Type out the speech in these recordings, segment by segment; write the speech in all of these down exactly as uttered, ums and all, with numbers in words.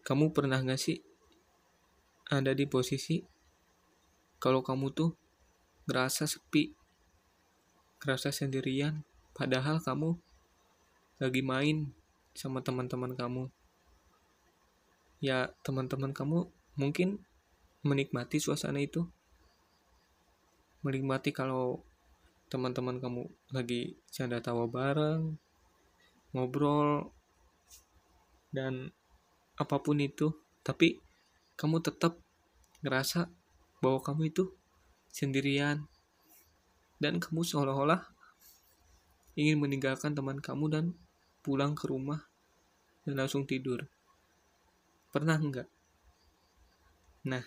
Kamu pernah gak sih ada di posisi kalau kamu tuh ngerasa sepi, ngerasa sendirian, padahal kamu lagi main sama teman-teman kamu. Ya, teman-teman kamu mungkin menikmati suasana itu, menikmati kalau teman-teman kamu lagi canda tawa bareng, ngobrol, dan apapun itu. Tapi kamu tetap ngerasa bahwa kamu itu sendirian, dan kamu seolah-olah ingin meninggalkan teman kamu dan pulang ke rumah dan langsung tidur. Pernah enggak? Nah,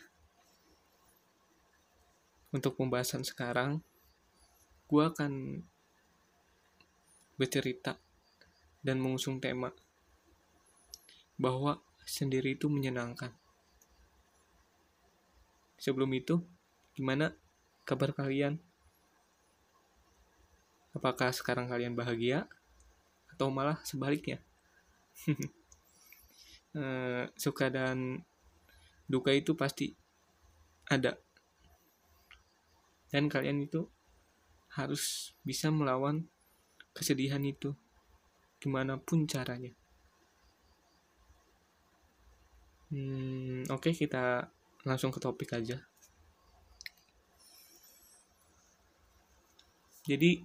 untuk pembahasan sekarang, gue akan bercerita dan mengusung tema bahwa sendiri itu menyenangkan. Sebelum itu, gimana kabar kalian? Apakah sekarang kalian bahagia? Atau malah sebaliknya? eh, suka dan duka itu pasti ada. Dan kalian itu harus bisa melawan kesedihan itu, gimana pun caranya. Hmm, Oke, okay, kita langsung ke topik aja. Jadi,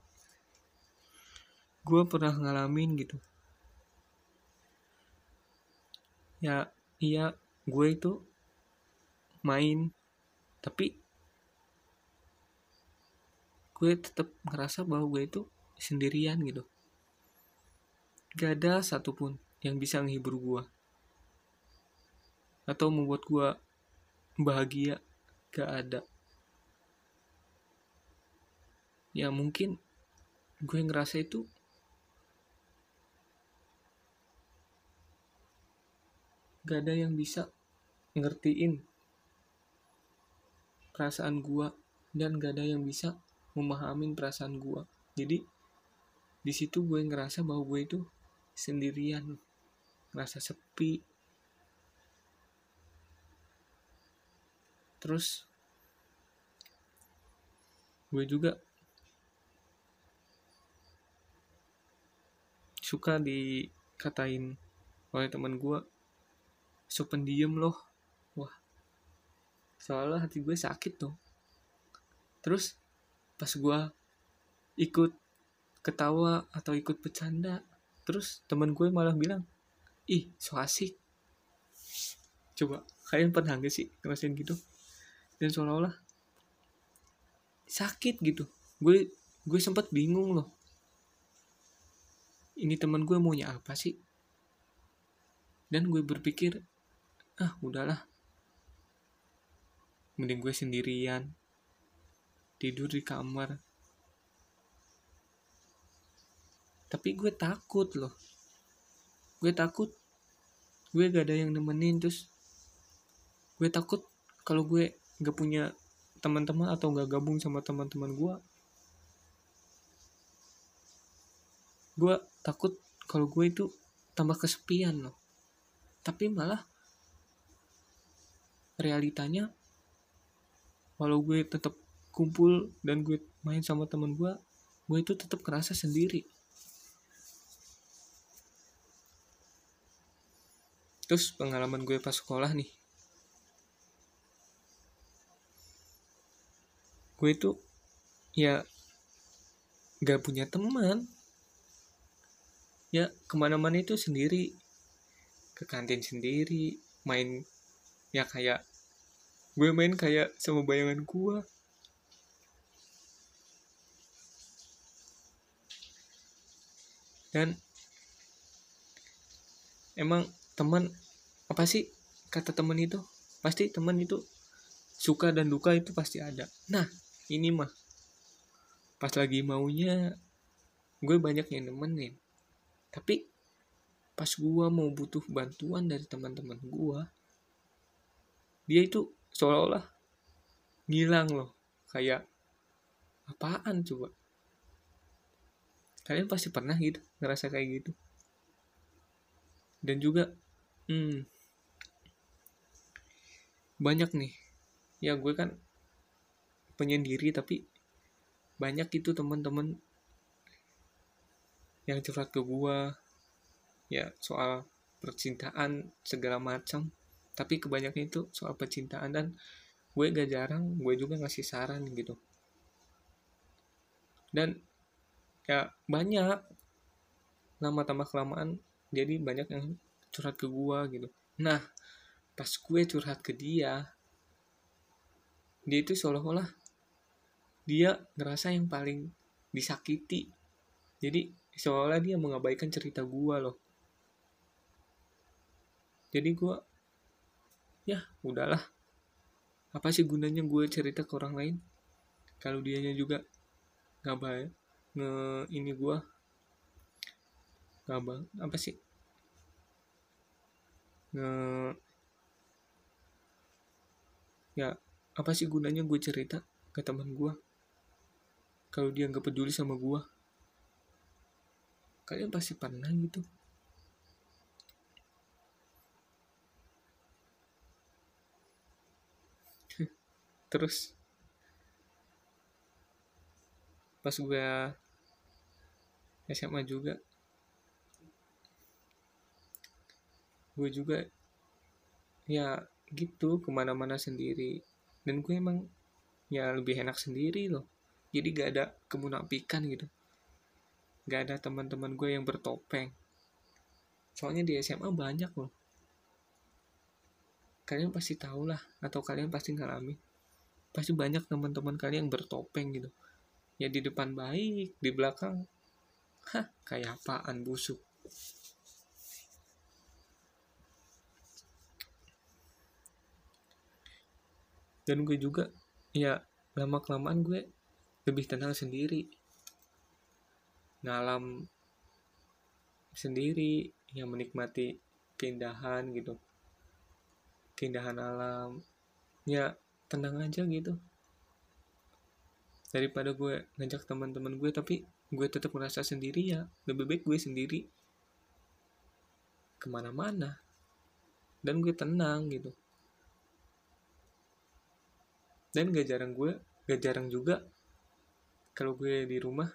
gue pernah ngalamin gitu. Ya, iya, gue itu main, tapi gue tetap ngerasa bahwa gue itu sendirian gitu. Gak ada satupun yang bisa menghibur gue atau membuat gue bahagia. Gak ada. Ya mungkin gue ngerasa itu gak ada yang bisa ngertiin perasaan gue, dan gak ada yang bisa memahamin perasaan gue. Jadi di situ gue ngerasa bahwa gue itu sendirian, ngerasa sepi. Terus gue juga suka dikatain oleh teman gue, so pendiam loh. Wah, soalnya hati gue sakit tuh. Terus pas gue ikut ketawa atau ikut bercanda, terus teman gue malah bilang, ih so asik. Coba kalian pernah gak sih ngerasain gitu? Dan seolah-olah sakit gitu. Gue gue sempat bingung loh. Ini teman gue maunya apa sih? Dan gue berpikir, ah udahlah, mending gue sendirian, tidur di kamar. Tapi gue takut loh. Gue takut gue gak ada yang nemenin. Terus gue takut kalau gue gak punya teman-teman atau gak gabung sama teman-teman gue, gue takut kalau gue itu tambah kesepian loh. Tapi malah realitanya, walau gue tetap kumpul dan gue main sama teman gue, gue itu tetap kerasa sendiri. Terus pengalaman gue pas sekolah nih, gue itu ya gak punya teman. Ya kemana-mana itu sendiri, ke kantin sendiri, main ya kayak gue main kayak sama bayangan gue. Dan emang teman apa sih kata teman itu? Pasti teman itu suka dan duka itu pasti ada. Nah ini mah pas lagi maunya gue banyak yang nemenin, tapi pas gue mau butuh bantuan dari teman-teman gue, dia itu seolah-olah ngilang loh. Kayak apaan coba? Kalian pasti pernah gitu ngerasa kayak gitu. Dan juga hmm, banyak nih, ya gue kan penyendiri tapi banyak itu teman-teman yang curhat ke gue ya soal percintaan segala macam, tapi kebanyakan itu soal percintaan, dan gue gak jarang gue juga ngasih saran gitu. Dan ya banyak, lama tambah kelamaan jadi banyak yang curhat ke gue gitu. Nah pas gue curhat ke dia, dia itu seolah-olah dia ngerasa yang paling disakiti. Jadi seolah-olah dia mengabaikan cerita gue loh. Jadi gue, ya udahlah, apa sih gunanya gue cerita ke orang lain kalau dianya juga nggak baik nge ini gue nggak bang apa sih nge ya apa sih gunanya gue cerita ke teman gue kalau dia nggak peduli sama gue. Kalian pasti pernah gitu. Terus pas gue S M A juga, gue juga ya gitu kemana-mana sendiri, dan gue emang ya lebih enak sendiri loh. Jadi gak ada kemunafikan gitu, gak ada teman-teman gue yang bertopeng. Soalnya di S M A banyak loh, kalian pasti tahu lah, atau kalian pasti ngalami, pasti banyak teman-teman kalian yang bertopeng gitu. Ya di depan baik, di belakang hah kayak apaan, busuk. Dan gue juga ya lama kelamaan gue lebih tenang sendiri, ngalam sendiri, yang menikmati keindahan gitu, keindahan alam, ya tenang aja gitu. Daripada gue ngajak teman-teman gue tapi gue tetap merasa sendiri, ya lebih baik gue sendiri kemana-mana dan gue tenang gitu. Dan gak jarang gue gak jarang juga kalau gue di rumah,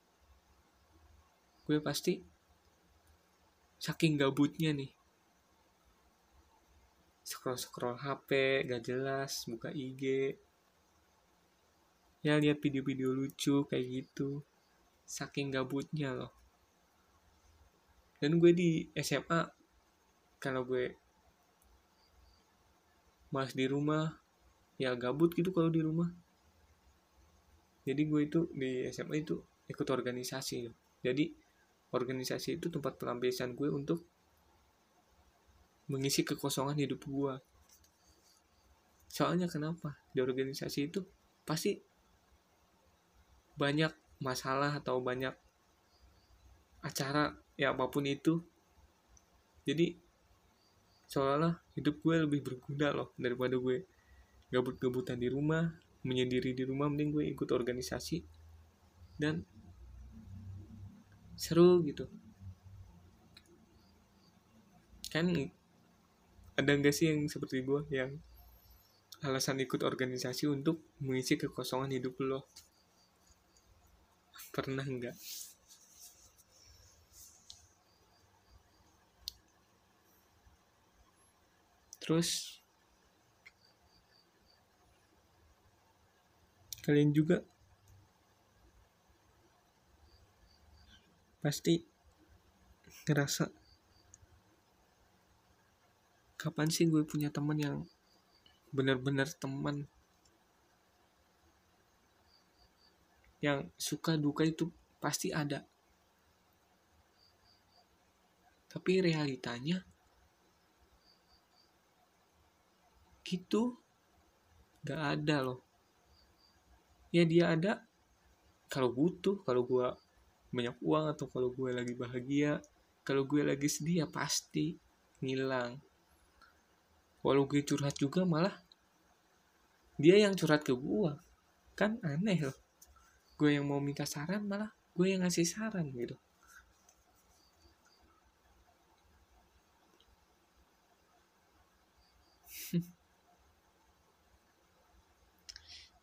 gue pasti saking gabutnya nih scroll-scroll H P gak jelas, buka I G, ya lihat video-video lucu kayak gitu, saking gabutnya loh. Dan gue di S M A kalau gue malas di rumah, ya gabut gitu kalau di rumah. Jadi gue itu di S M A itu ikut organisasi loh. Jadi organisasi itu tempat pelampiasan gue untuk mengisi kekosongan hidup gue. Soalnya kenapa? Di organisasi itu pasti banyak masalah atau banyak acara, ya apapun itu. Jadi seolah-olah hidup gue lebih berguna loh daripada gue gabut-gabutan di rumah, menyendiri di rumah. Mending gue ikut organisasi dan seru gitu. Kan ada gak sih yang seperti gue yang alasan ikut organisasi untuk mengisi kekosongan hidup lo? Pernah nggak? Terus kalian juga pasti ngerasa, kapan sih gue punya teman yang benar-benar teman, yang suka duka itu pasti ada, tapi realitanya gitu gak ada loh. Ya dia ada kalau butuh, kalau gue banyak uang, atau kalau gue lagi bahagia. Kalau gue lagi sedih ya pasti ngilang. Walau gue curhat juga malah dia yang curhat ke gue, kan aneh loh. Gue yang mau minta saran malah gue yang ngasih saran gitu.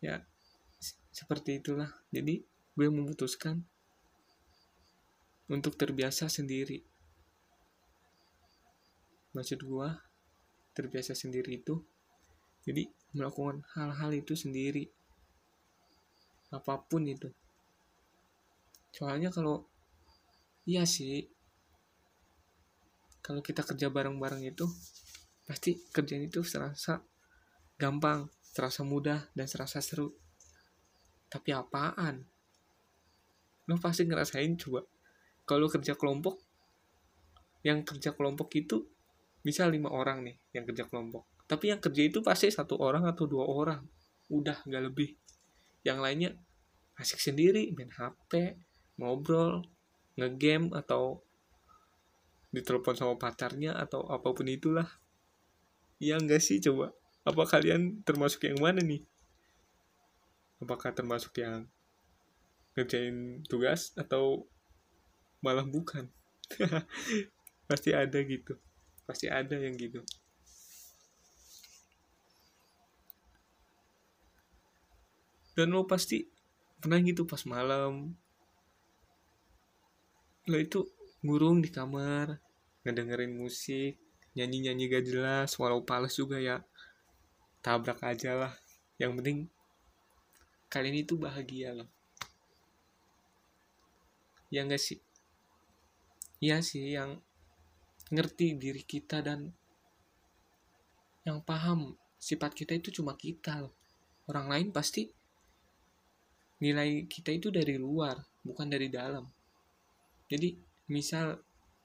Ya seperti itulah. Jadi gue memutuskan untuk terbiasa sendiri. Maksud gue terbiasa sendiri itu jadi melakukan hal-hal itu sendiri, apapun itu. Soalnya kalau iya sih, kalau kita kerja bareng-bareng itu pasti kerjaan itu serasa gampang, serasa mudah, dan serasa seru. Tapi apaan? Lo pasti ngerasain coba. Kalau kerja kelompok, yang kerja kelompok itu bisa lima orang nih yang kerja kelompok. Tapi yang kerja itu pasti satu orang atau dua orang. Udah, gak lebih. Yang lainnya asik sendiri, main H P, ngobrol, ngegame, atau ditelepon sama pacarnya, atau apapun itulah. Iya enggak sih coba? Apa kalian termasuk yang mana nih? Apakah termasuk yang ngerjain tugas atau malah bukan? Pasti ada gitu. Pasti ada yang gitu. Dan lo pasti pernah gitu pas malam. Lo itu ngurung di kamar, ngedengerin musik, nyanyi-nyanyi gak jelas, walau pales juga ya. Tabrak aja lah. Yang penting kalian itu bahagia loh. Ya enggak sih? Iya sih, yang ngerti diri kita dan yang paham sifat kita itu cuma kita loh. Orang lain pasti nilai kita itu dari luar, bukan dari dalam. Jadi misal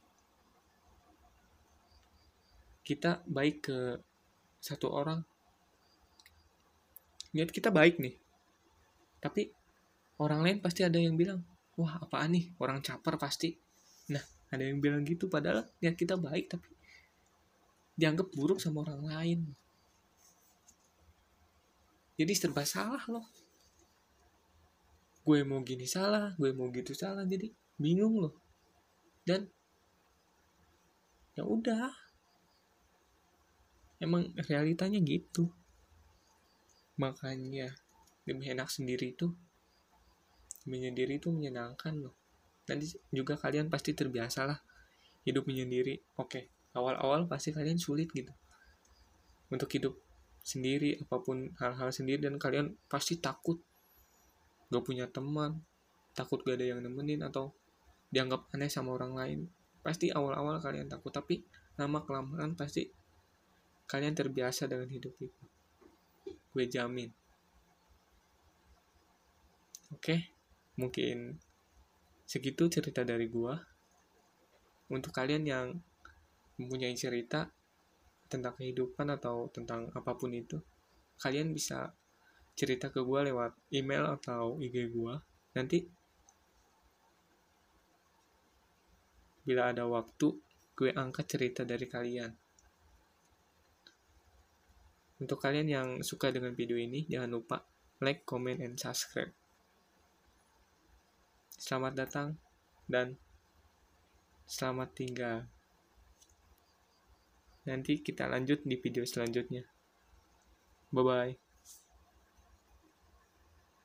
kita baik ke satu orang, niat kita baik nih, tapi orang lain pasti ada yang bilang, wah apaan nih, orang caper pasti. Nah, ada yang bilang gitu, padahal niat kita baik, tapi dianggap buruk sama orang lain. Jadi serba salah loh. Gue mau gini salah, gue mau gitu salah, jadi bingung loh. Dan ya udah, emang realitanya gitu. Makanya lebih enak sendiri itu, menyendiri itu menyenangkan loh. Nanti juga kalian pasti terbiasa lah hidup menyendiri. Oke, awal-awal pasti kalian sulit gitu untuk hidup sendiri, apapun hal-hal sendiri, dan kalian pasti takut gak punya teman, takut gak ada yang nemenin, atau dianggap aneh sama orang lain. Pasti awal-awal kalian takut, tapi lama-kelamaan pasti kalian terbiasa dengan hidup itu. Gue jamin. Oke, mungkin segitu cerita dari gue. Untuk kalian yang mempunyai cerita tentang kehidupan atau tentang apapun itu, kalian bisa cerita ke gue lewat email atau I G gue. Nanti bila ada waktu, gue angkat cerita dari kalian. Untuk kalian yang suka dengan video ini, jangan lupa like, comment, and subscribe. Selamat datang dan selamat tinggal. Nanti kita lanjut di video selanjutnya. Bye-bye.